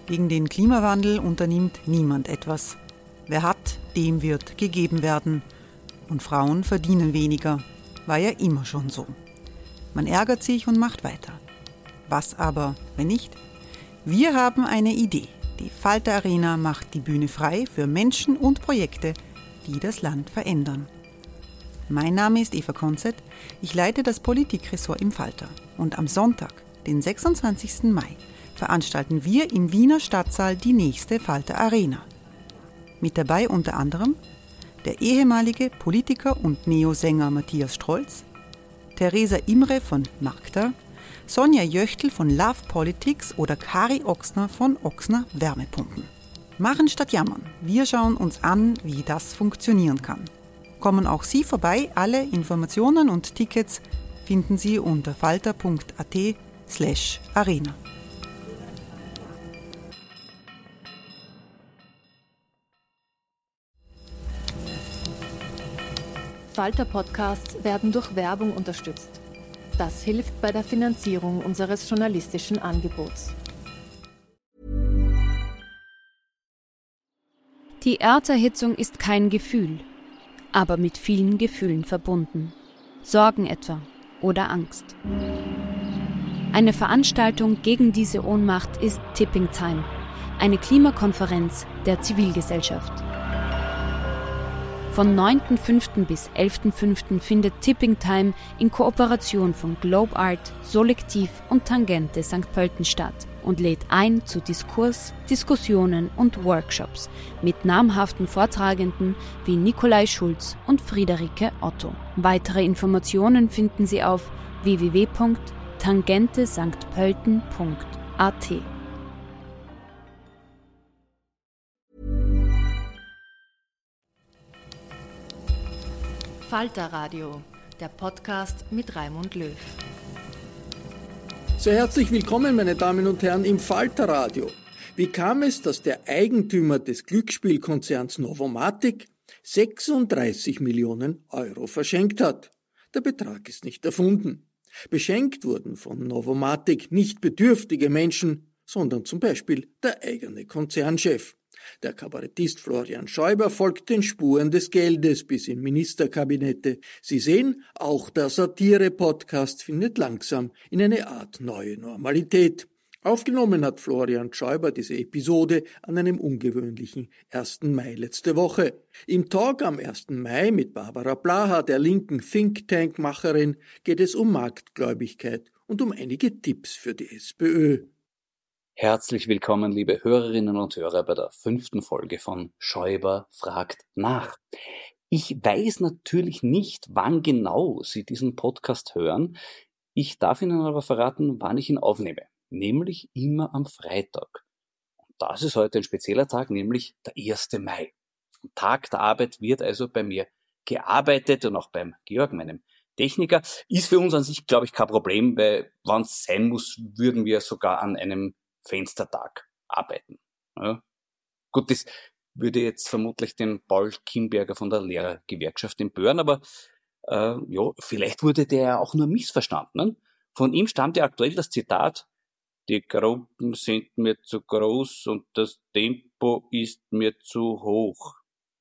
Gegen den Klimawandel unternimmt niemand etwas. Wer hat, dem wird gegeben werden. Und Frauen verdienen weniger. War ja immer schon so. Man ärgert sich und macht weiter. Was aber, wenn nicht? Wir haben eine Idee. Die Falter Arena macht die Bühne frei für Menschen und Projekte, die das Land verändern. Mein Name ist Eva Konzett, ich leite das Politikressort im Falter. Und am Sonntag, den 26. Mai, veranstalten wir im Wiener Stadtsaal die nächste Falter Arena. Mit dabei unter anderem der ehemalige Politiker und Neosänger Matthias Strolz, Theresa Imre von Magda, Sonja Jöchtl von Love Politics oder Kari Ochsner von Ochsner Wärmepumpen. Machen statt jammern. Wir schauen uns an, wie das funktionieren kann. Kommen auch Sie vorbei. Alle Informationen und Tickets finden Sie unter falter.at/arena. Falter-Podcasts werden durch Werbung unterstützt. Das hilft bei der Finanzierung unseres journalistischen Angebots. Die Erderhitzung ist kein Gefühl, aber mit vielen Gefühlen verbunden. Sorgen etwa oder Angst. Eine Veranstaltung gegen diese Ohnmacht ist Tipping Time, eine Klimakonferenz der Zivilgesellschaft. Von 9.5. bis 11.5. findet Tipping Time in Kooperation von Globe Art, Solektiv und Tangente St. Pölten statt und lädt ein zu Diskurs, Diskussionen und Workshops mit namhaften Vortragenden wie Nikolai Schulz und Friederike Otto. Weitere Informationen finden Sie auf www.tangentesanktpölten.at. Falter Radio, der Podcast mit Raimund Löw. Sehr herzlich willkommen, meine Damen und Herren, im Falter Radio. Wie kam es, dass der Eigentümer des Glücksspielkonzerns Novomatic 36 Millionen Euro verschenkt hat? Der Betrag ist nicht erfunden. Beschenkt wurden von Novomatic nicht bedürftige Menschen, sondern zum Beispiel der eigene Konzernchef. Der Kabarettist Florian Schäuber folgt den Spuren des Geldes bis in Ministerkabinette. Sie sehen, auch der Satire-Podcast findet langsam in eine Art neue Normalität. Aufgenommen hat Florian Schäuber diese Episode an einem ungewöhnlichen 1. Mai letzte Woche. Im Talk am 1. Mai mit Barbara Blaha, der linken Think-Tank-Macherin, geht es um Marktgläubigkeit und um einige Tipps für die SPÖ. Herzlich willkommen, liebe Hörerinnen und Hörer, bei der 5. Folge von Schäuber fragt nach. Ich weiß natürlich nicht, wann genau Sie diesen Podcast hören. Ich darf Ihnen aber verraten, wann ich ihn aufnehme, nämlich immer am Freitag. Und das ist heute ein spezieller Tag, nämlich der 1. Mai. Am Tag der Arbeit wird also bei mir gearbeitet und auch beim Georg, meinem Techniker. Ist für uns an sich, glaube ich, kein Problem, weil wenn es sein muss, würden wir sogar an einem Fenstertag arbeiten. Ja. Gut, das würde jetzt vermutlich den Paul Kimberger von der Lehrergewerkschaft empören, aber vielleicht wurde der ja auch nur missverstanden. Ne? Von ihm stammt ja aktuell das Zitat: Die Gruppen sind mir zu groß und das Tempo ist mir zu hoch.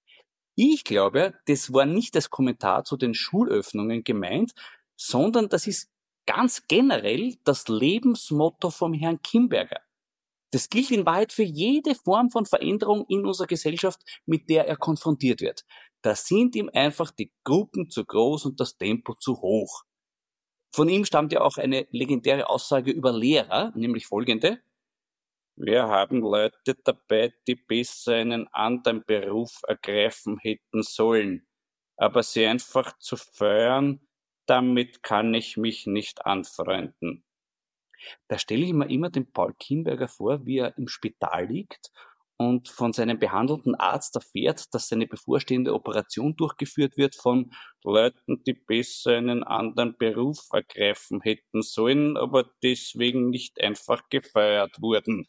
Ich glaube, das war nicht als Kommentar zu den Schulöffnungen gemeint, sondern das ist ganz generell das Lebensmotto vom Herrn Kimberger. Das gilt in Wahrheit für jede Form von Veränderung in unserer Gesellschaft, mit der er konfrontiert wird. Da sind ihm einfach die Gruppen zu groß und das Tempo zu hoch. Von ihm stammt ja auch eine legendäre Aussage über Lehrer, nämlich folgende: Wir haben Leute dabei, die besser einen anderen Beruf ergreifen hätten sollen. Aber sie einfach zu feuern, damit kann ich mich nicht anfreunden. Da stelle ich mir immer den Paul Kimberger vor, wie er im Spital liegt und von seinem behandelnden Arzt erfährt, dass seine bevorstehende Operation durchgeführt wird von Leuten, die besser einen anderen Beruf ergreifen hätten sollen, aber deswegen nicht einfach gefeuert wurden.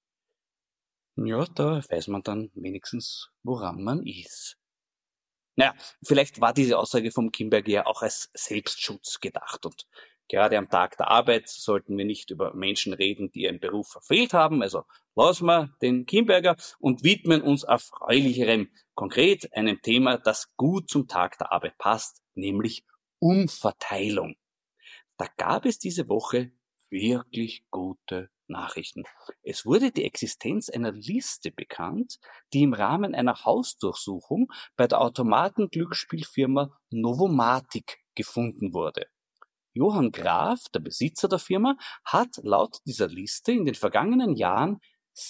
Ja, da weiß man dann wenigstens, woran man ist. Naja, vielleicht war diese Aussage vom Kimberger ja auch als Selbstschutz gedacht und Gerade am Tag der Arbeit sollten wir nicht über Menschen reden, die ihren Beruf verfehlt haben. Also lassen wir den Kimberger und widmen uns erfreulicherem, konkret einem Thema, das gut zum Tag der Arbeit passt, nämlich Umverteilung. Da gab es diese Woche wirklich gute Nachrichten. Es wurde die Existenz einer Liste bekannt, die im Rahmen einer Hausdurchsuchung bei der Automatenglücksspielfirma Novomatic gefunden wurde. Johann Graf, der Besitzer der Firma, hat laut dieser Liste in den vergangenen Jahren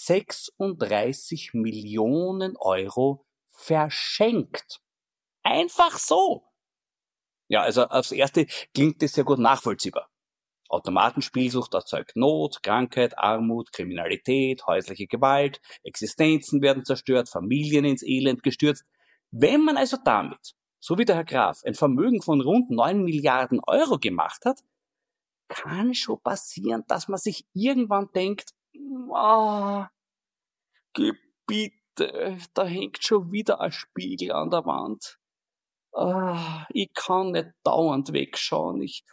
36 Millionen Euro verschenkt. Einfach so. Ja, also aufs Erste klingt das sehr gut nachvollziehbar. Automatenspielsucht erzeugt Not, Krankheit, Armut, Kriminalität, häusliche Gewalt, Existenzen werden zerstört, Familien ins Elend gestürzt. Wenn man also damit, so wie der Herr Graf, ein Vermögen von rund 9 Milliarden Euro gemacht hat, kann schon passieren, dass man sich irgendwann denkt, Gebiete, da hängt schon wieder ein Spiegel an der Wand. Ich kann nicht dauernd wegschauen. Ich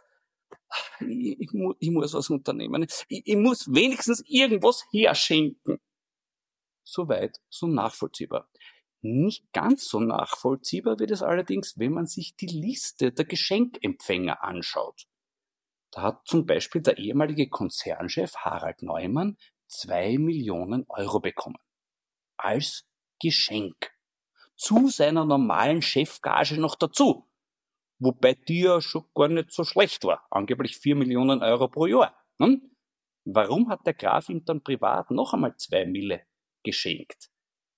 muss was unternehmen. Ich muss wenigstens irgendwas herschenken. Soweit so nachvollziehbar. Nicht ganz so nachvollziehbar wird es allerdings, wenn man sich die Liste der Geschenkempfänger anschaut. Da hat zum Beispiel der ehemalige Konzernchef Harald Neumann 2 Millionen Euro bekommen. Als Geschenk. Zu seiner normalen Chefgage noch dazu. Wobei die ja schon gar nicht so schlecht war. Angeblich 4 Millionen Euro pro Jahr. Warum hat der Graf ihm dann privat noch einmal 2 Mille geschenkt?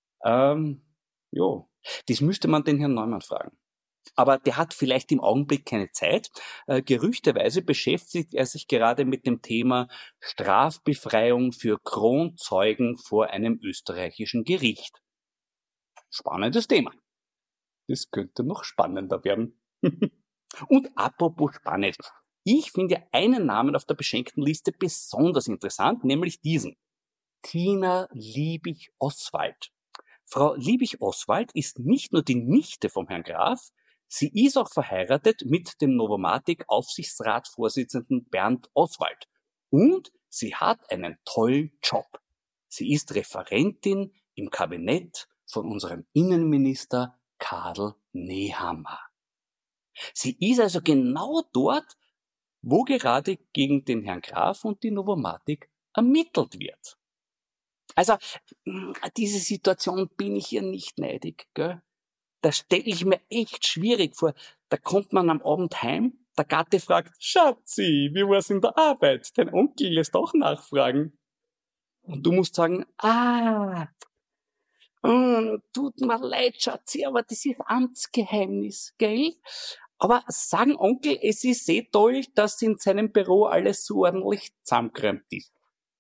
Das müsste man den Herrn Neumann fragen. Aber der hat vielleicht im Augenblick keine Zeit. Gerüchteweise beschäftigt er sich gerade mit dem Thema Strafbefreiung für Kronzeugen vor einem österreichischen Gericht. Spannendes Thema. Das könnte noch spannender werden. Und apropos spannend. Ich finde einen Namen auf der beschenkten Liste besonders interessant, nämlich diesen. Tina Liebig-Oswald. Frau Liebig-Oswald ist nicht nur die Nichte vom Herrn Graf, sie ist auch verheiratet mit dem Novomatic-Aufsichtsratsvorsitzenden Bernd Oswald. Und sie hat einen tollen Job. Sie ist Referentin im Kabinett von unserem Innenminister Karl Nehammer. Sie ist also genau dort, wo gerade gegen den Herrn Graf und die Novomatic ermittelt wird. Also, diese Situation bin ich ihr nicht neidig, gell? Das stelle ich mir echt schwierig vor. Da kommt man am Abend heim, der Gatte fragt, Schatzi, wie war's in der Arbeit? Dein Onkel lässt auch nachfragen. Und du musst sagen, tut mir leid, Schatzi, aber das ist Amtsgeheimnis, gell? Aber sagen Onkel, es ist toll, dass in seinem Büro alles so ordentlich zusammengeräumt ist.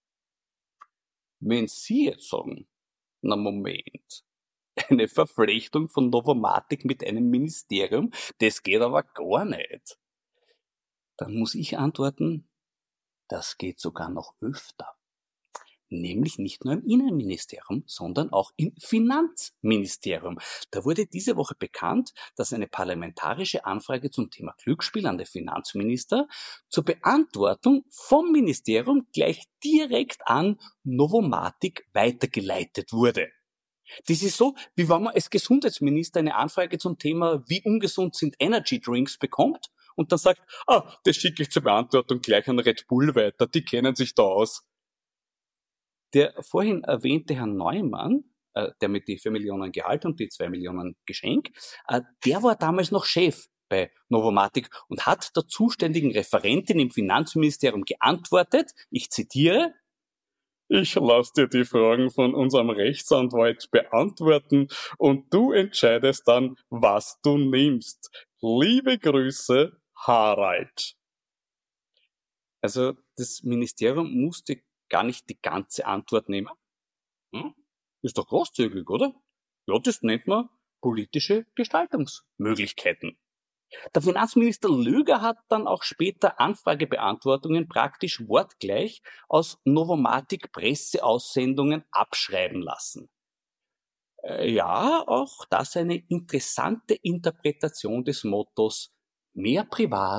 Wenn Sie jetzt sagen, na Moment, eine Verflechtung von Novomatic mit einem Ministerium, das geht aber gar nicht. Dann muss ich antworten, das geht sogar noch öfter. Nämlich nicht nur im Innenministerium, sondern auch im Finanzministerium. Da wurde diese Woche bekannt, dass eine parlamentarische Anfrage zum Thema Glücksspiel an den Finanzminister zur Beantwortung vom Ministerium gleich direkt an Novomatic weitergeleitet wurde. Das ist so, wie wenn man als Gesundheitsminister eine Anfrage zum Thema, wie ungesund sind Energy Drinks bekommt und dann sagt, das schicke ich zur Beantwortung gleich an Red Bull weiter, die kennen sich da aus. Der vorhin erwähnte Herr Neumann, der mit die 4 Millionen Gehalt und die 2 Millionen Geschenk, der war damals noch Chef bei Novomatic und hat der zuständigen Referentin im Finanzministerium geantwortet, ich zitiere, ich lasse dir die Fragen von unserem Rechtsanwalt beantworten und du entscheidest dann, was du nimmst. Liebe Grüße, Harald. Also das Ministerium musste gar nicht die ganze Antwort nehmen. Ist doch großzügig, oder? Ja, das nennt man politische Gestaltungsmöglichkeiten. Der Finanzminister Löger hat dann auch später Anfragebeantwortungen praktisch wortgleich aus Novomatic Presseaussendungen abschreiben lassen. Ja, auch das eine interessante Interpretation des Mottos mehr privat,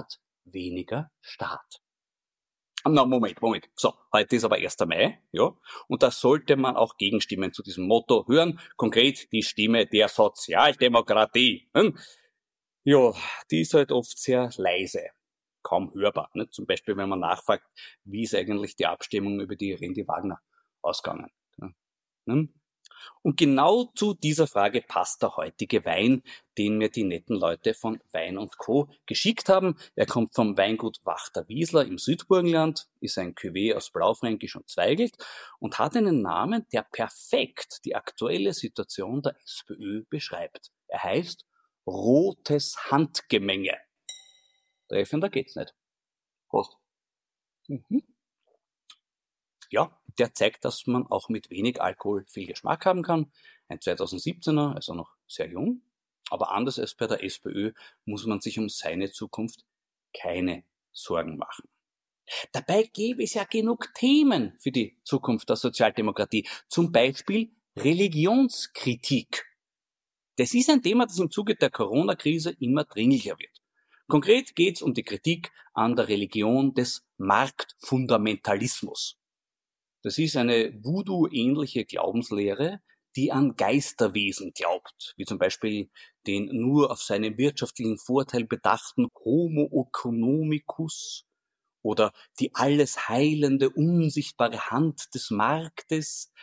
weniger Staat. Na, Moment. So, heute ist aber 1. Mai, ja. Und da sollte man auch Gegenstimmen zu diesem Motto hören. Konkret die Stimme der Sozialdemokratie. Ja, die ist halt oft sehr leise. Kaum hörbar. Ne? Zum Beispiel, wenn man nachfragt, wie ist eigentlich die Abstimmung über die Rendi Wagner ausgegangen. Ja. Und genau zu dieser Frage passt der heutige Wein, den mir die netten Leute von Wein & Co. geschickt haben. Er kommt vom Weingut Wachter-Wiesler im Südburgenland, ist ein Cuvée aus Blaufränkisch und Zweigelt und hat einen Namen, der perfekt die aktuelle Situation der SPÖ beschreibt. Er heißt Rotes Handgemenge. Treffender geht's nicht. Prost. Ja, der zeigt, dass man auch mit wenig Alkohol viel Geschmack haben kann. Ein 2017er, also noch sehr jung. Aber anders als bei der SPÖ muss man sich um seine Zukunft keine Sorgen machen. Dabei gäbe es ja genug Themen für die Zukunft der Sozialdemokratie. Zum Beispiel Religionskritik. Das ist ein Thema, das im Zuge der Corona-Krise immer dringlicher wird. Konkret geht es um die Kritik an der Religion des Marktfundamentalismus. Das ist eine Voodoo-ähnliche Glaubenslehre, die an Geisterwesen glaubt, wie zum Beispiel den nur auf seinen wirtschaftlichen Vorteil bedachten Homo economicus oder die alles heilende, unsichtbare Hand des Marktes,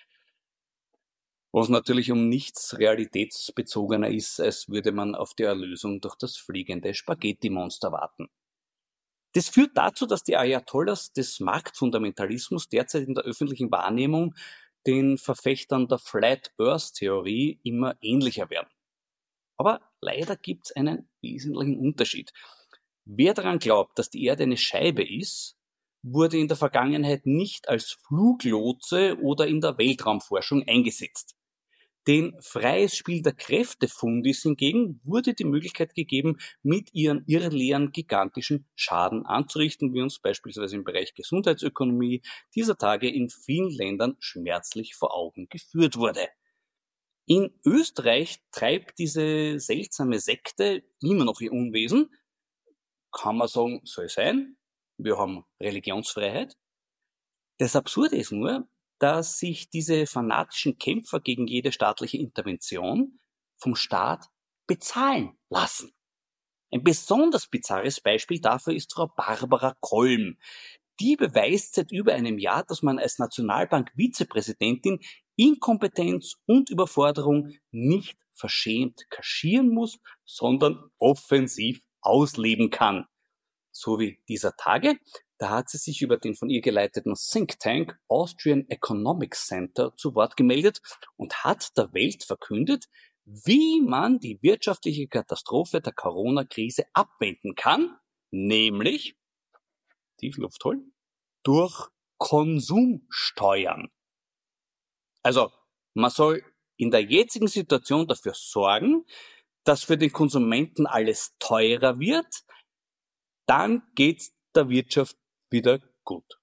was natürlich um nichts realitätsbezogener ist, als würde man auf die Erlösung durch das fliegende Spaghetti-Monster warten. Das führt dazu, dass die Ayatollahs des Marktfundamentalismus derzeit in der öffentlichen Wahrnehmung den Verfechtern der Flat-Earth-Theorie immer ähnlicher werden. Aber leider gibt es einen wesentlichen Unterschied. Wer daran glaubt, dass die Erde eine Scheibe ist, wurde in der Vergangenheit nicht als Fluglotse oder in der Weltraumforschung eingesetzt. Den Freies Spiel der Kräfte-Fundis hingegen wurde die Möglichkeit gegeben, mit ihren Irrlehren gigantischen Schaden anzurichten, wie uns beispielsweise im Bereich Gesundheitsökonomie dieser Tage in vielen Ländern schmerzlich vor Augen geführt wurde. In Österreich treibt diese seltsame Sekte immer noch ihr Unwesen. Kann man sagen, soll sein. Wir haben Religionsfreiheit. Das Absurde ist nur, dass sich diese fanatischen Kämpfer gegen jede staatliche Intervention vom Staat bezahlen lassen. Ein besonders bizarres Beispiel dafür ist Frau Barbara Kolm. Die beweist seit über einem Jahr, dass man als Nationalbank-Vizepräsidentin Inkompetenz und Überforderung nicht verschämt kaschieren muss, sondern offensiv ausleben kann. So wie dieser Tage. Da hat sie sich über den von ihr geleiteten Think Tank Austrian Economic Center zu Wort gemeldet und hat der Welt verkündet, wie man die wirtschaftliche Katastrophe der Corona-Krise abwenden kann, nämlich, tief Luft holen, durch Konsumsteuern. Also, man soll in der jetzigen Situation dafür sorgen, dass für den Konsumenten alles teurer wird, dann geht's der Wirtschaft wieder gut.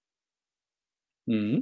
Das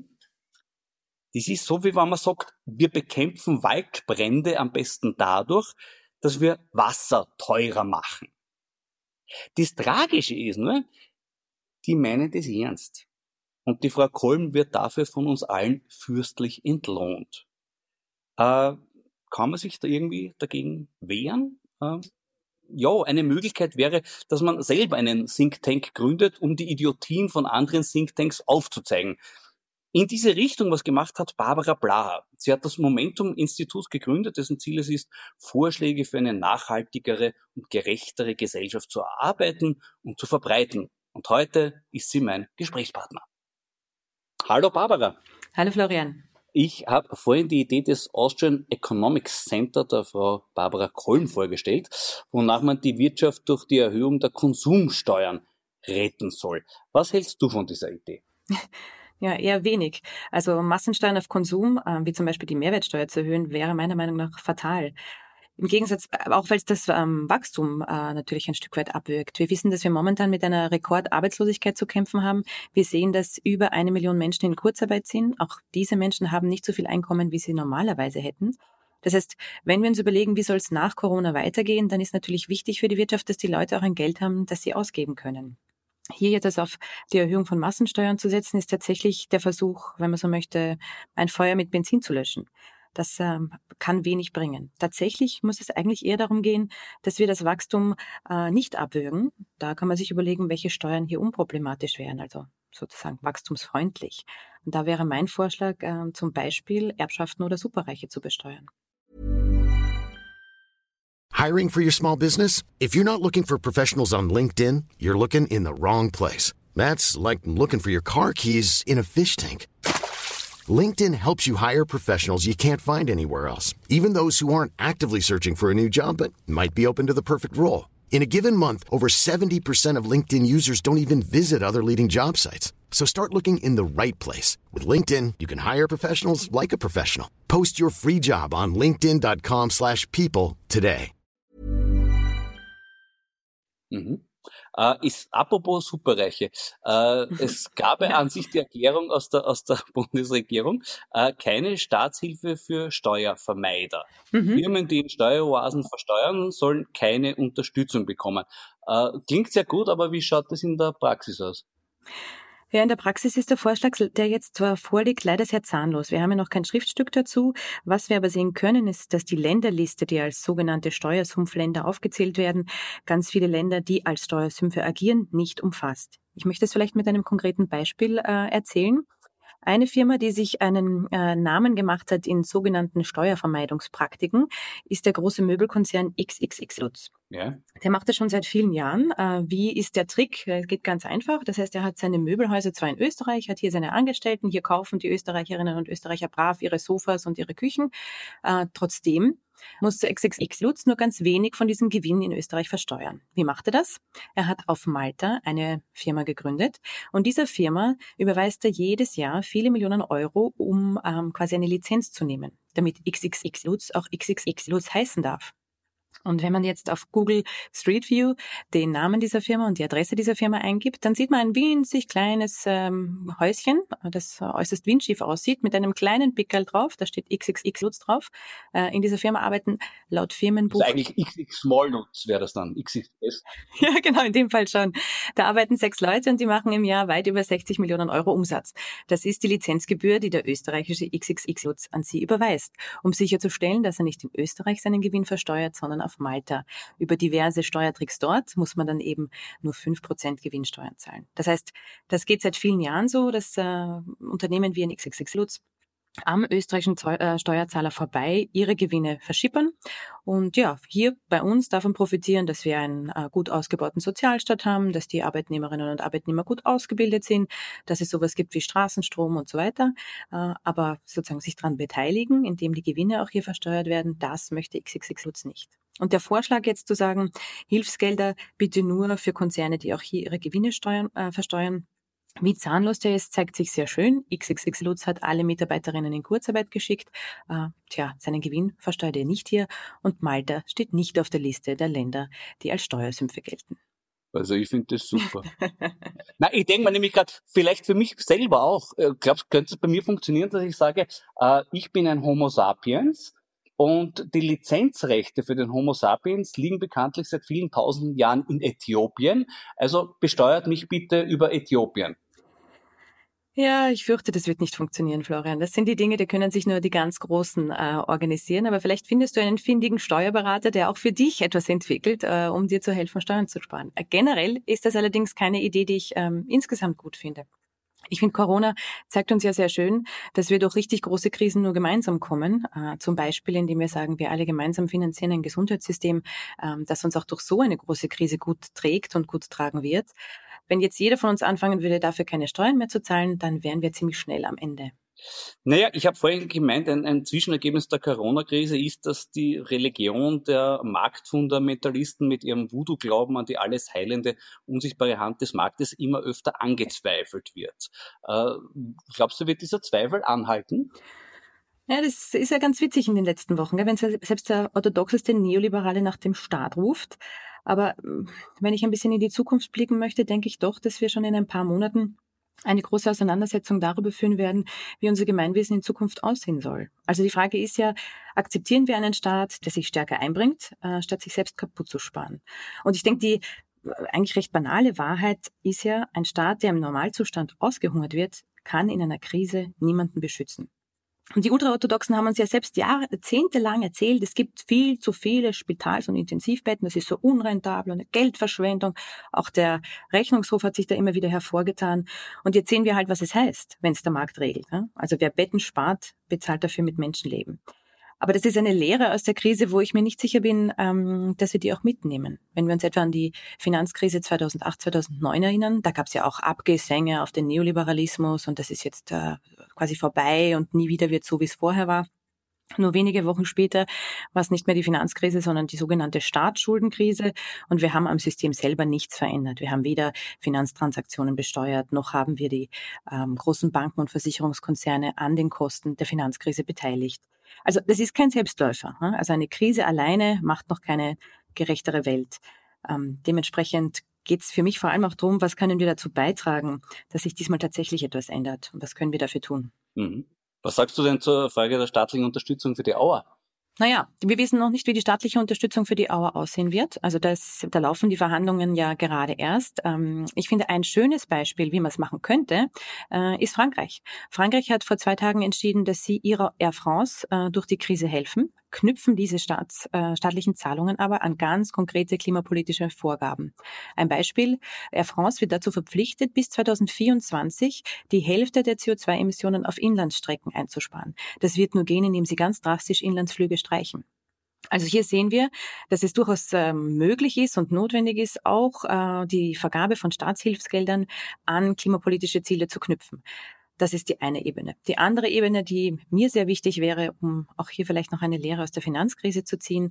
ist so, wie wenn man sagt, wir bekämpfen Waldbrände am besten dadurch, dass wir Wasser teurer machen. Das Tragische ist nur, die meinen das ernst. Und die Frau Kolm wird dafür von uns allen fürstlich entlohnt. Kann man sich da irgendwie dagegen wehren? Ja, eine Möglichkeit wäre, dass man selber einen Think Tank gründet, um die Idiotien von anderen Think Tanks aufzuzeigen. In diese Richtung, was gemacht hat Barbara Blaha. Sie hat das Momentum-Institut gegründet, dessen Ziel es ist, Vorschläge für eine nachhaltigere und gerechtere Gesellschaft zu erarbeiten und zu verbreiten. Und heute ist sie mein Gesprächspartner. Hallo Barbara. Hallo Florian. Ich habe vorhin die Idee des Austrian Economic Center der Frau Barbara Kolm vorgestellt, wonach man die Wirtschaft durch die Erhöhung der Konsumsteuern retten soll. Was hältst du von dieser Idee? Ja, eher wenig. Also Massensteuern auf Konsum, wie zum Beispiel die Mehrwertsteuer zu erhöhen, wäre meiner Meinung nach fatal. Im Gegensatz, auch weil es das Wachstum natürlich ein Stück weit abwirkt. Wir wissen, dass wir momentan mit einer Rekordarbeitslosigkeit zu kämpfen haben. Wir sehen, dass über 1 Million Menschen in Kurzarbeit sind. Auch diese Menschen haben nicht so viel Einkommen, wie sie normalerweise hätten. Das heißt, wenn wir uns überlegen, wie soll es nach Corona weitergehen, dann ist natürlich wichtig für die Wirtschaft, dass die Leute auch ein Geld haben, das sie ausgeben können. Hier jetzt also auf die Erhöhung von Massensteuern zu setzen, ist tatsächlich der Versuch, wenn man so möchte, ein Feuer mit Benzin zu löschen. Das kann wenig bringen. Tatsächlich muss es eigentlich eher darum gehen, dass wir das Wachstum nicht abwürgen. Da kann man sich überlegen, welche Steuern hier unproblematisch wären, also sozusagen wachstumsfreundlich. Und da wäre mein Vorschlag, zum Beispiel Erbschaften oder Superreiche zu besteuern. Hiring for your small business? If you're not looking for professionals on LinkedIn, you're looking in the wrong place. That's like looking for your car keys in a fish tank. LinkedIn helps you hire professionals you can't find anywhere else, even those who aren't actively searching for a new job but might be open to the perfect role. In a given month, over 70% of LinkedIn users don't even visit other leading job sites. So start looking in the right place. With LinkedIn, you can hire professionals like a professional. Post your free job on linkedin.com/people today. Ist apropos Superreiche. Es gab ja an sich die Erklärung aus der Bundesregierung, keine Staatshilfe für Steuervermeider. Firmen, die in Steueroasen versteuern, sollen keine Unterstützung bekommen. Klingt sehr gut, aber wie schaut das in der Praxis aus? Ja, in der Praxis ist der Vorschlag, der jetzt zwar vorliegt, leider sehr zahnlos. Wir haben ja noch kein Schriftstück dazu. Was wir aber sehen können, ist, dass die Länderliste, die als sogenannte Steuersumpfländer aufgezählt werden, ganz viele Länder, die als Steuersümpfe agieren, nicht umfasst. Ich möchte es vielleicht mit einem konkreten Beispiel erzählen. Eine Firma, die sich einen Namen gemacht hat in sogenannten Steuervermeidungspraktiken, ist der große Möbelkonzern XXX Lutz. Ja. Der macht das schon seit vielen Jahren. Wie ist der Trick? Es geht ganz einfach. Das heißt, er hat seine Möbelhäuser zwar in Österreich, hat hier seine Angestellten, hier kaufen die Österreicherinnen und Österreicher brav ihre Sofas und ihre Küchen. Trotzdem muss XXX Lutz nur ganz wenig von diesem Gewinn in Österreich versteuern. Wie macht er das? Er hat auf Malta eine Firma gegründet und dieser Firma überweist er jedes Jahr viele Millionen Euro, um quasi eine Lizenz zu nehmen, damit XXX Lutz auch XXX Lutz heißen darf. Und wenn man jetzt auf Google Street View den Namen dieser Firma und die Adresse dieser Firma eingibt, dann sieht man ein winzig kleines Häuschen, das äußerst windschief aussieht, mit einem kleinen Pickerl drauf, da steht XXX Lutz drauf. In dieser Firma arbeiten laut Firmenbuch... Also eigentlich XX Small Lutz wäre das dann, XXS. Ja, genau, in dem Fall schon. Da arbeiten 6 Leute und die machen im Jahr weit über 60 Millionen Euro Umsatz. Das ist die Lizenzgebühr, die der österreichische XXX Lutz an sie überweist, um sicherzustellen, dass er nicht in Österreich seinen Gewinn versteuert, sondern auf Malta. Über diverse Steuertricks dort muss man dann eben nur 5% Gewinnsteuern zahlen. Das heißt, das geht seit vielen Jahren so, dass Unternehmen wie ein XXX Lutz am österreichischen Steuerzahler vorbei ihre Gewinne verschippern. Und ja, hier bei uns davon profitieren, dass wir einen gut ausgebauten Sozialstaat haben, dass die Arbeitnehmerinnen und Arbeitnehmer gut ausgebildet sind, dass es sowas gibt wie Straßenstrom und so weiter. Aber sozusagen sich daran beteiligen, indem die Gewinne auch hier versteuert werden, das möchte XXX Lutz nicht. Und der Vorschlag jetzt zu sagen, Hilfsgelder bitte nur für Konzerne, die auch hier ihre Gewinne versteuern, wie zahnlos der ist, zeigt sich sehr schön. XXX Lutz hat alle Mitarbeiterinnen in Kurzarbeit geschickt. Seinen Gewinn versteuert er nicht hier und Malta steht nicht auf der Liste der Länder, die als Steuersümpfe gelten. Also ich finde das super. Na, ich denke mir nämlich gerade, vielleicht für mich selber auch, glaubst du, könnte es bei mir funktionieren, dass ich sage, ich bin ein Homo sapiens und die Lizenzrechte für den Homo sapiens liegen bekanntlich seit vielen tausenden Jahren in Äthiopien. Also besteuert mich bitte über Äthiopien. Ja, ich fürchte, das wird nicht funktionieren, Florian. Das sind die Dinge, die können sich nur die ganz Großen organisieren. Aber vielleicht findest du einen findigen Steuerberater, der auch für dich etwas entwickelt, um dir zu helfen, Steuern zu sparen. Generell ist das allerdings keine Idee, die ich insgesamt gut finde. Ich finde, Corona zeigt uns ja sehr schön, dass wir durch richtig große Krisen nur gemeinsam kommen. Zum Beispiel, indem wir sagen, wir alle gemeinsam finanzieren ein Gesundheitssystem, das uns auch durch so eine große Krise gut trägt und gut tragen wird. Wenn jetzt jeder von uns anfangen würde, dafür keine Steuern mehr zu zahlen, dann wären wir ziemlich schnell am Ende. Naja, ich habe vorhin gemeint, ein Zwischenergebnis der Corona-Krise ist, dass die Religion der Marktfundamentalisten mit ihrem Voodoo-Glauben an die alles heilende, unsichtbare Hand des Marktes immer öfter angezweifelt wird. Glaubst du, wird dieser Zweifel anhalten? Ja, das ist ja ganz witzig in den letzten Wochen, wenn selbst der orthodoxeste Neoliberale nach dem Staat ruft. Aber wenn ich ein bisschen in die Zukunft blicken möchte, denke ich doch, dass wir schon in ein paar Monaten eine große Auseinandersetzung darüber führen werden, wie unser Gemeinwesen in Zukunft aussehen soll. Also die Frage ist ja, akzeptieren wir einen Staat, der sich stärker einbringt, statt sich selbst kaputt zu sparen? Und ich denke, eigentlich recht banale Wahrheit ist ja, ein Staat, der im Normalzustand ausgehungert wird, kann in einer Krise niemanden beschützen. Und die Ultraorthodoxen haben uns ja selbst jahrzehntelang erzählt, es gibt viel zu viele Spitals- und Intensivbetten, das ist so unrentabel und eine Geldverschwendung. Auch der Rechnungshof hat sich da immer wieder hervorgetan. Und jetzt sehen wir halt, was es heißt, wenn es der Markt regelt. Also wer Betten spart, bezahlt dafür mit Menschenleben. Aber das ist eine Lehre aus der Krise, wo ich mir nicht sicher bin, dass wir die auch mitnehmen. Wenn wir uns etwa an die Finanzkrise 2008, 2009 erinnern, da gab es ja auch Abgesänge auf den Neoliberalismus und das ist jetzt quasi vorbei und nie wieder wird so, wie es vorher war. Nur wenige Wochen später war es nicht mehr die Finanzkrise, sondern die sogenannte Staatsschuldenkrise und wir haben am System selber nichts verändert. Wir haben weder Finanztransaktionen besteuert, noch haben wir die großen Banken und Versicherungskonzerne an den Kosten der Finanzkrise beteiligt. Also das ist kein Selbstläufer. Also eine Krise alleine macht noch keine gerechtere Welt. Dementsprechend geht es für mich vor allem auch darum, was können wir dazu beitragen, dass sich diesmal tatsächlich etwas ändert und was können wir dafür tun. Mhm. Was sagst du denn zur Frage der staatlichen Unterstützung für die Auer? Naja, wir wissen noch nicht, wie die staatliche Unterstützung für die Auer aussehen wird. Also da laufen die Verhandlungen ja gerade erst. Ich finde, ein schönes Beispiel, wie man es machen könnte, ist Frankreich. Frankreich hat vor 2 Tagen entschieden, dass sie ihrer Air France durch die Krise helfen, knüpfen diese staatlichen Zahlungen aber an ganz konkrete klimapolitische Vorgaben. Ein Beispiel, Air France wird dazu verpflichtet, bis 2024 die Hälfte der CO2-Emissionen auf Inlandsstrecken einzusparen. Das wird nur gehen, indem sie ganz drastisch Inlandsflüge streichen. Also hier sehen wir, dass es durchaus möglich ist und notwendig ist, auch die Vergabe von Staatshilfsgeldern an klimapolitische Ziele zu knüpfen. Das ist die eine Ebene. Die andere Ebene, die mir sehr wichtig wäre, um auch hier vielleicht noch eine Lehre aus der Finanzkrise zu ziehen,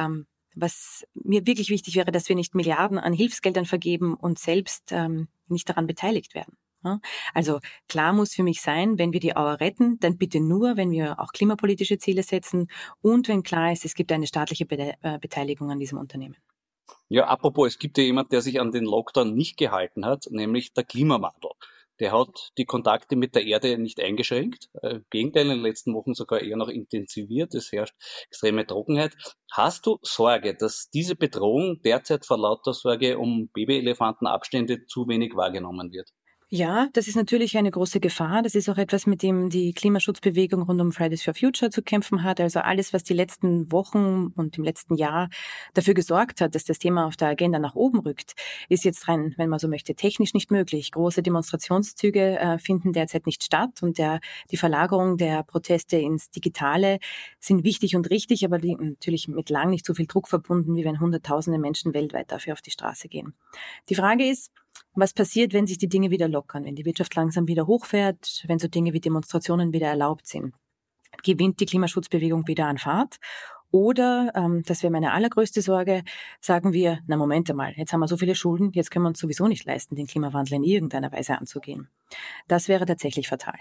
was mir wirklich wichtig wäre, dass wir nicht Milliarden an Hilfsgeldern vergeben und selbst nicht daran beteiligt werden. Also klar muss für mich sein, wenn wir die Auer retten, dann bitte nur, wenn wir auch klimapolitische Ziele setzen und wenn klar ist, es gibt eine staatliche Beteiligung an diesem Unternehmen. Ja, apropos, es gibt ja jemand, der sich an den Lockdown nicht gehalten hat, nämlich der Klimawandel. Der hat die Kontakte mit der Erde nicht eingeschränkt. Im Gegenteil, in den letzten Wochen sogar eher noch intensiviert. Es herrscht extreme Trockenheit. Hast du Sorge, dass diese Bedrohung derzeit vor lauter Sorge um Babyelefantenabstände zu wenig wahrgenommen wird? Ja, das ist natürlich eine große Gefahr. Das ist auch etwas, mit dem die Klimaschutzbewegung rund um Fridays for Future zu kämpfen hat. Also alles, was die letzten Wochen und im letzten Jahr dafür gesorgt hat, dass das Thema auf der Agenda nach oben rückt, ist jetzt rein, wenn man so möchte, technisch nicht möglich. Große Demonstrationszüge finden derzeit nicht statt und die Verlagerung der Proteste ins Digitale sind wichtig und richtig, aber die natürlich mit lang nicht so viel Druck verbunden, wie wenn Hunderttausende Menschen weltweit dafür auf die Straße gehen. Die Frage ist, was passiert, wenn sich die Dinge wieder lockern, wenn die Wirtschaft langsam wieder hochfährt, wenn so Dinge wie Demonstrationen wieder erlaubt sind? Gewinnt die Klimaschutzbewegung wieder an Fahrt? Oder, das wäre meine allergrößte Sorge, sagen wir, na Moment einmal, jetzt haben wir so viele Schulden, jetzt können wir uns sowieso nicht leisten, den Klimawandel in irgendeiner Weise anzugehen. Das wäre tatsächlich fatal.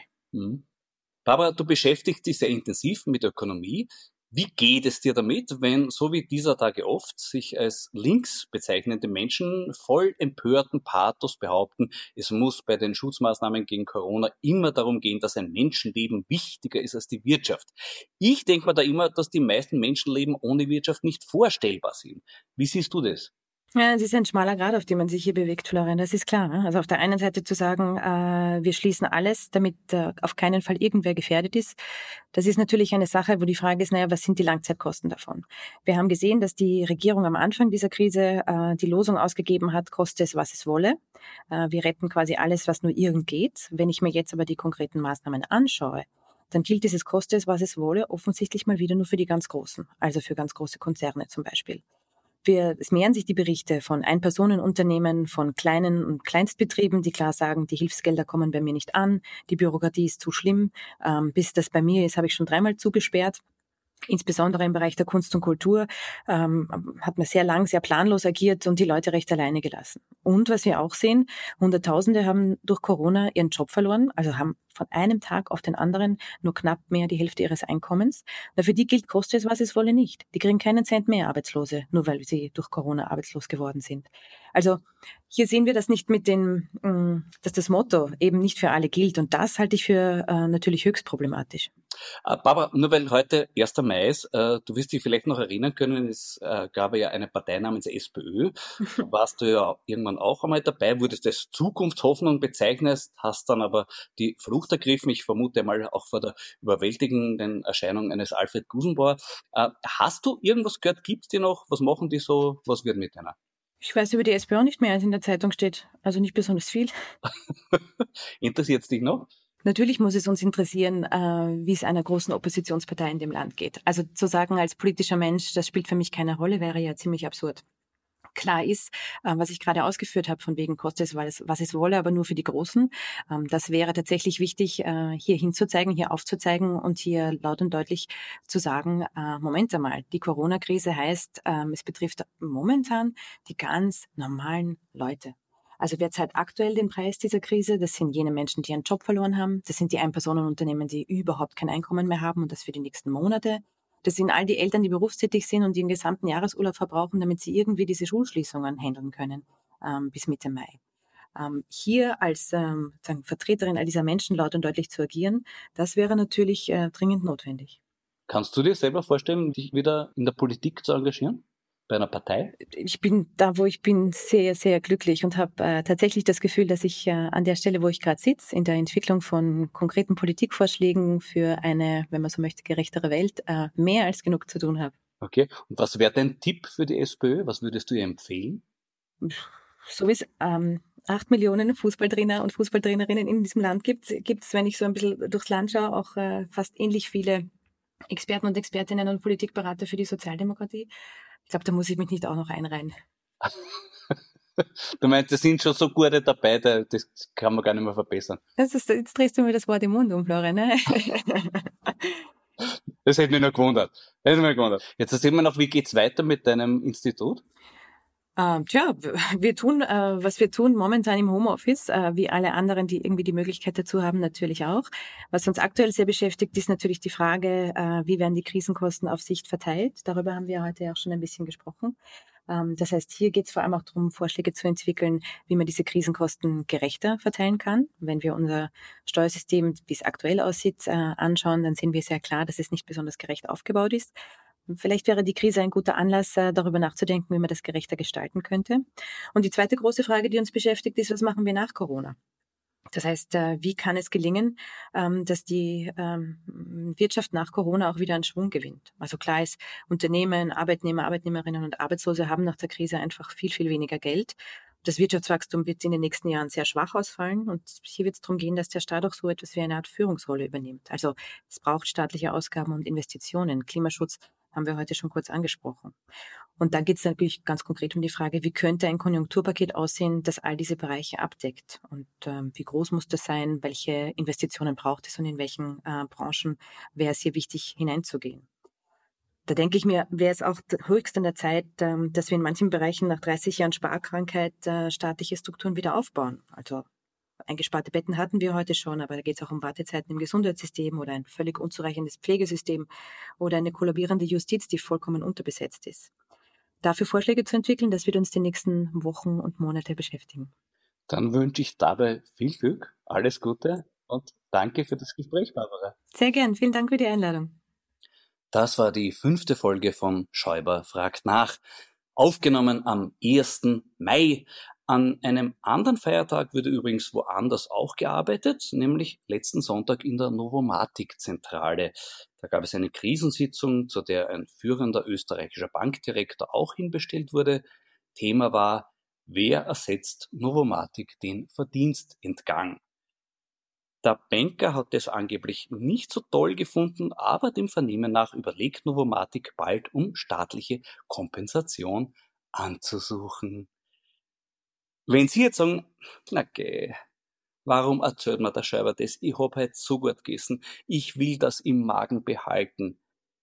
Barbara, du beschäftigst dich sehr intensiv mit Ökonomie. Wie geht es dir damit, wenn, so wie dieser Tage oft, sich als links bezeichnende Menschen voll empörten Pathos behaupten, es muss bei den Schutzmaßnahmen gegen Corona immer darum gehen, dass ein Menschenleben wichtiger ist als die Wirtschaft. Ich denke mir da immer, dass die meisten Menschenleben ohne Wirtschaft nicht vorstellbar sind. Wie siehst du das? Ja, es ist ein schmaler Grat, auf dem man sich hier bewegt, Florian, das ist klar. Also auf der einen Seite zu sagen, wir schließen alles, damit auf keinen Fall irgendwer gefährdet ist, das ist natürlich eine Sache, wo die Frage ist, naja, was sind die Langzeitkosten davon? Wir haben gesehen, dass die Regierung am Anfang dieser Krise die Losung ausgegeben hat, koste es, was es wolle. Wir retten quasi alles, was nur irgend geht. Wenn ich mir jetzt aber die konkreten Maßnahmen anschaue, dann gilt dieses koste es, was es wolle, offensichtlich mal wieder nur für die ganz Großen, also für ganz große Konzerne zum Beispiel. Es mehren sich die Berichte von Ein-Personen-Unternehmen, von kleinen und Kleinstbetrieben, die klar sagen, die Hilfsgelder kommen bei mir nicht an, die Bürokratie ist zu schlimm. Bis das bei mir ist, habe ich schon 3-mal zugesperrt. Insbesondere im Bereich der Kunst und Kultur hat man sehr lang, sehr planlos agiert und die Leute recht alleine gelassen. Und was wir auch sehen, Hunderttausende haben durch Corona ihren Job verloren, also haben von einem Tag auf den anderen nur knapp mehr die Hälfte ihres Einkommens. Für die gilt, koste es, was es wolle nicht. Die kriegen keinen Cent mehr Arbeitslose, nur weil sie durch Corona arbeitslos geworden sind. Also hier sehen wir das nicht mit dass das Motto eben nicht für alle gilt. Und das halte ich für natürlich höchst problematisch. Barbara, nur weil heute 1. Mai ist, du wirst dich vielleicht noch erinnern können, es gab ja eine Partei namens SPÖ. Da warst du ja irgendwann auch einmal dabei, wurdest als Zukunftshoffnung bezeichnet, hast dann aber die Flucht ergriffen. Ich vermute mal auch vor der überwältigenden Erscheinung eines Alfred Gusenbauer. Hast du irgendwas gehört? Gibt's die noch? Was machen die so? Was wird mit denen? Ich weiß über die SPÖ auch nicht mehr, als in der Zeitung steht. Also nicht besonders viel. Interessiert's dich noch? Natürlich muss es uns interessieren, wie es einer großen Oppositionspartei in dem Land geht. Also zu sagen als politischer Mensch, das spielt für mich keine Rolle, wäre ja ziemlich absurd. Klar ist, was ich gerade ausgeführt habe, von wegen koste es, was es wolle, aber nur für die Großen. Das wäre tatsächlich wichtig, hier hinzuzeigen, hier aufzuzeigen und hier laut und deutlich zu sagen, Moment einmal, die Corona-Krise heißt, es betrifft momentan die ganz normalen Leute. Also wer zahlt aktuell den Preis dieser Krise? Das sind jene Menschen, die ihren Job verloren haben. Das sind die Ein-Personen-Unternehmen, die überhaupt kein Einkommen mehr haben und das für die nächsten Monate. Das sind all die Eltern, die berufstätig sind und die den gesamten Jahresurlaub verbrauchen, damit sie irgendwie diese Schulschließungen handeln können bis Mitte Mai. Hier als Vertreterin all dieser Menschen laut und deutlich zu agieren, das wäre natürlich dringend notwendig. Kannst du dir selber vorstellen, dich wieder in der Politik zu engagieren? Bei einer Partei? Ich bin da, wo ich bin, sehr, sehr glücklich und habe tatsächlich das Gefühl, dass ich an der Stelle, wo ich gerade sitze, in der Entwicklung von konkreten Politikvorschlägen für eine, wenn man so möchte, gerechtere Welt, mehr als genug zu tun habe. Okay. Und was wäre dein Tipp für die SPÖ? Was würdest du ihr empfehlen? So wie es 8 Millionen Fußballtrainer und Fußballtrainerinnen in diesem Land gibt es, wenn ich so ein bisschen durchs Land schaue, auch fast ähnlich viele Experten und Expertinnen und Politikberater für die Sozialdemokratie. Ich glaube, da muss ich mich nicht auch noch einreihen. Du meinst, da sind schon so gute dabei, das kann man gar nicht mehr verbessern. Jetzt drehst du mir das Wort im Mund um, Florian. Ne? Das hätte mich noch gewundert. Jetzt sehen wir noch, wie geht's weiter mit deinem Institut? Wir tun, was wir tun, momentan im Homeoffice, wie alle anderen, die irgendwie die Möglichkeit dazu haben, natürlich auch. Was uns aktuell sehr beschäftigt, ist natürlich die Frage, wie werden die Krisenkosten auf Sicht verteilt? Darüber haben wir heute auch schon ein bisschen gesprochen. Das heißt, hier geht es vor allem auch darum, Vorschläge zu entwickeln, wie man diese Krisenkosten gerechter verteilen kann. Wenn wir unser Steuersystem, wie es aktuell aussieht, anschauen, dann sehen wir sehr klar, dass es nicht besonders gerecht aufgebaut ist. Vielleicht wäre die Krise ein guter Anlass, darüber nachzudenken, wie man das gerechter gestalten könnte. Und die zweite große Frage, die uns beschäftigt, ist, was machen wir nach Corona? Das heißt, wie kann es gelingen, dass die Wirtschaft nach Corona auch wieder an Schwung gewinnt? Also klar ist, Unternehmen, Arbeitnehmer, Arbeitnehmerinnen und Arbeitslose haben nach der Krise einfach viel, viel weniger Geld. Das Wirtschaftswachstum wird in den nächsten Jahren sehr schwach ausfallen und hier wird es darum gehen, dass der Staat auch so etwas wie eine Art Führungsrolle übernimmt. Also es braucht staatliche Ausgaben und Investitionen. Klimaschutz haben wir heute schon kurz angesprochen. Und dann geht es natürlich ganz konkret um die Frage, wie könnte ein Konjunkturpaket aussehen, das all diese Bereiche abdeckt? Und wie groß muss das sein? Welche Investitionen braucht es und in welchen Branchen wäre es hier wichtig, hineinzugehen? Da denke ich mir, wäre es auch höchst an der Zeit, dass wir in manchen Bereichen nach 30 Jahren Sparkrankheit staatliche Strukturen wieder aufbauen. Also eingesparte Betten hatten wir heute schon, aber da geht es auch um Wartezeiten im Gesundheitssystem oder ein völlig unzureichendes Pflegesystem oder eine kollabierende Justiz, die vollkommen unterbesetzt ist. Dafür Vorschläge zu entwickeln, das wird uns die nächsten Wochen und Monate beschäftigen. Dann wünsche ich dabei viel Glück, alles Gute und danke für das Gespräch, Barbara. Sehr gern, vielen Dank für die Einladung. Das war die 5. Folge von Schäuber fragt nach, aufgenommen am 1. Mai. An einem anderen Feiertag wurde übrigens woanders auch gearbeitet, nämlich letzten Sonntag in der Novomatic-Zentrale. Da gab es eine Krisensitzung, zu der ein führender österreichischer Bankdirektor auch hinbestellt wurde. Thema war, wer ersetzt Novomatic den Verdienstentgang? Der Banker hat das angeblich nicht so toll gefunden, aber dem Vernehmen nach überlegt Novomatic bald, um staatliche Kompensation anzusuchen. Wenn Sie jetzt sagen, na geh, warum erzählt mir der Schäuber das? Ich hab heute so gut gegessen, ich will das im Magen behalten.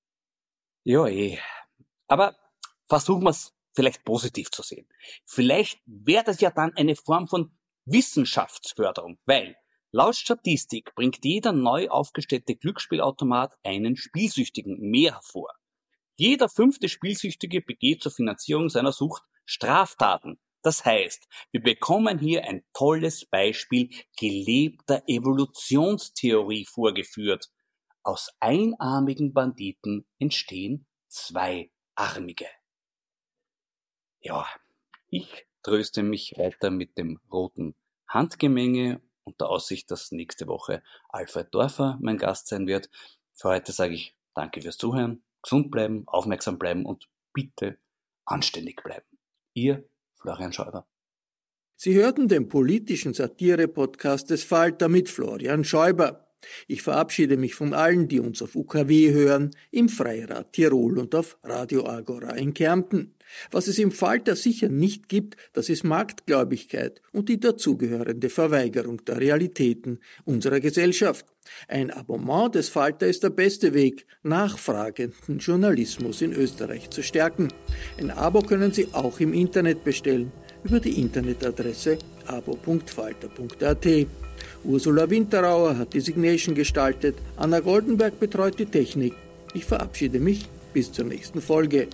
Ja aber versuchen wir es vielleicht positiv zu sehen. Vielleicht wäre das ja dann eine Form von Wissenschaftsförderung, weil laut Statistik bringt jeder neu aufgestellte Glücksspielautomat einen Spielsüchtigen mehr hervor. Jeder 5. Spielsüchtige begeht zur Finanzierung seiner Sucht Straftaten. Das heißt, wir bekommen hier ein tolles Beispiel gelebter Evolutionstheorie vorgeführt. Aus einarmigen Banditen entstehen zweiarmige. Ja, ich tröste mich weiter mit dem roten Handgemenge und der Aussicht, dass nächste Woche Alfred Dorfer mein Gast sein wird. Für heute sage ich danke fürs Zuhören, gesund bleiben, aufmerksam bleiben und bitte anständig bleiben. Ihr Florian Schäuber. Sie hörten den politischen Satire-Podcast des Falter mit Florian Schäuber. Ich verabschiede mich von allen, die uns auf UKW hören, im Freirad Tirol und auf Radio Agora in Kärnten. Was es im Falter sicher nicht gibt, das ist Marktgläubigkeit und die dazugehörende Verweigerung der Realitäten unserer Gesellschaft. Ein Abonnement des Falter ist der beste Weg, nachfragenden Journalismus in Österreich zu stärken. Ein Abo können Sie auch im Internet bestellen, über die Internetadresse abo.falter.at. Ursula Winterauer hat die Signation gestaltet, Anna Goldenberg betreut die Technik. Ich verabschiede mich bis zur nächsten Folge.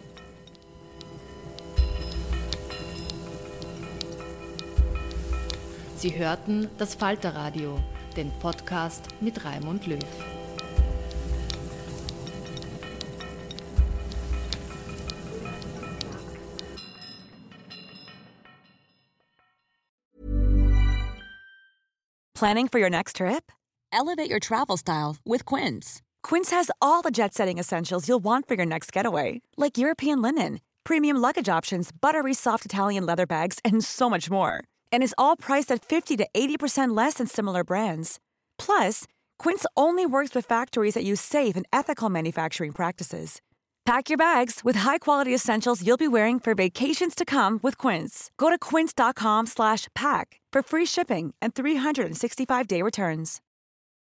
Sie hörten das Falterradio, den Podcast mit Raimund Löw. Planning for your next trip? Elevate your travel style with Quince. Quince has all the jet-setting essentials you'll want for your next getaway, like European linen, premium luggage options, buttery soft Italian leather bags, and so much more. And is all priced at 50 to 80% less than similar brands. Plus, Quince only works with factories that use safe and ethical manufacturing practices. Pack your bags with high-quality essentials you'll be wearing for vacations to come with Quince. Go to quince.com/pack for free shipping and 365-day returns.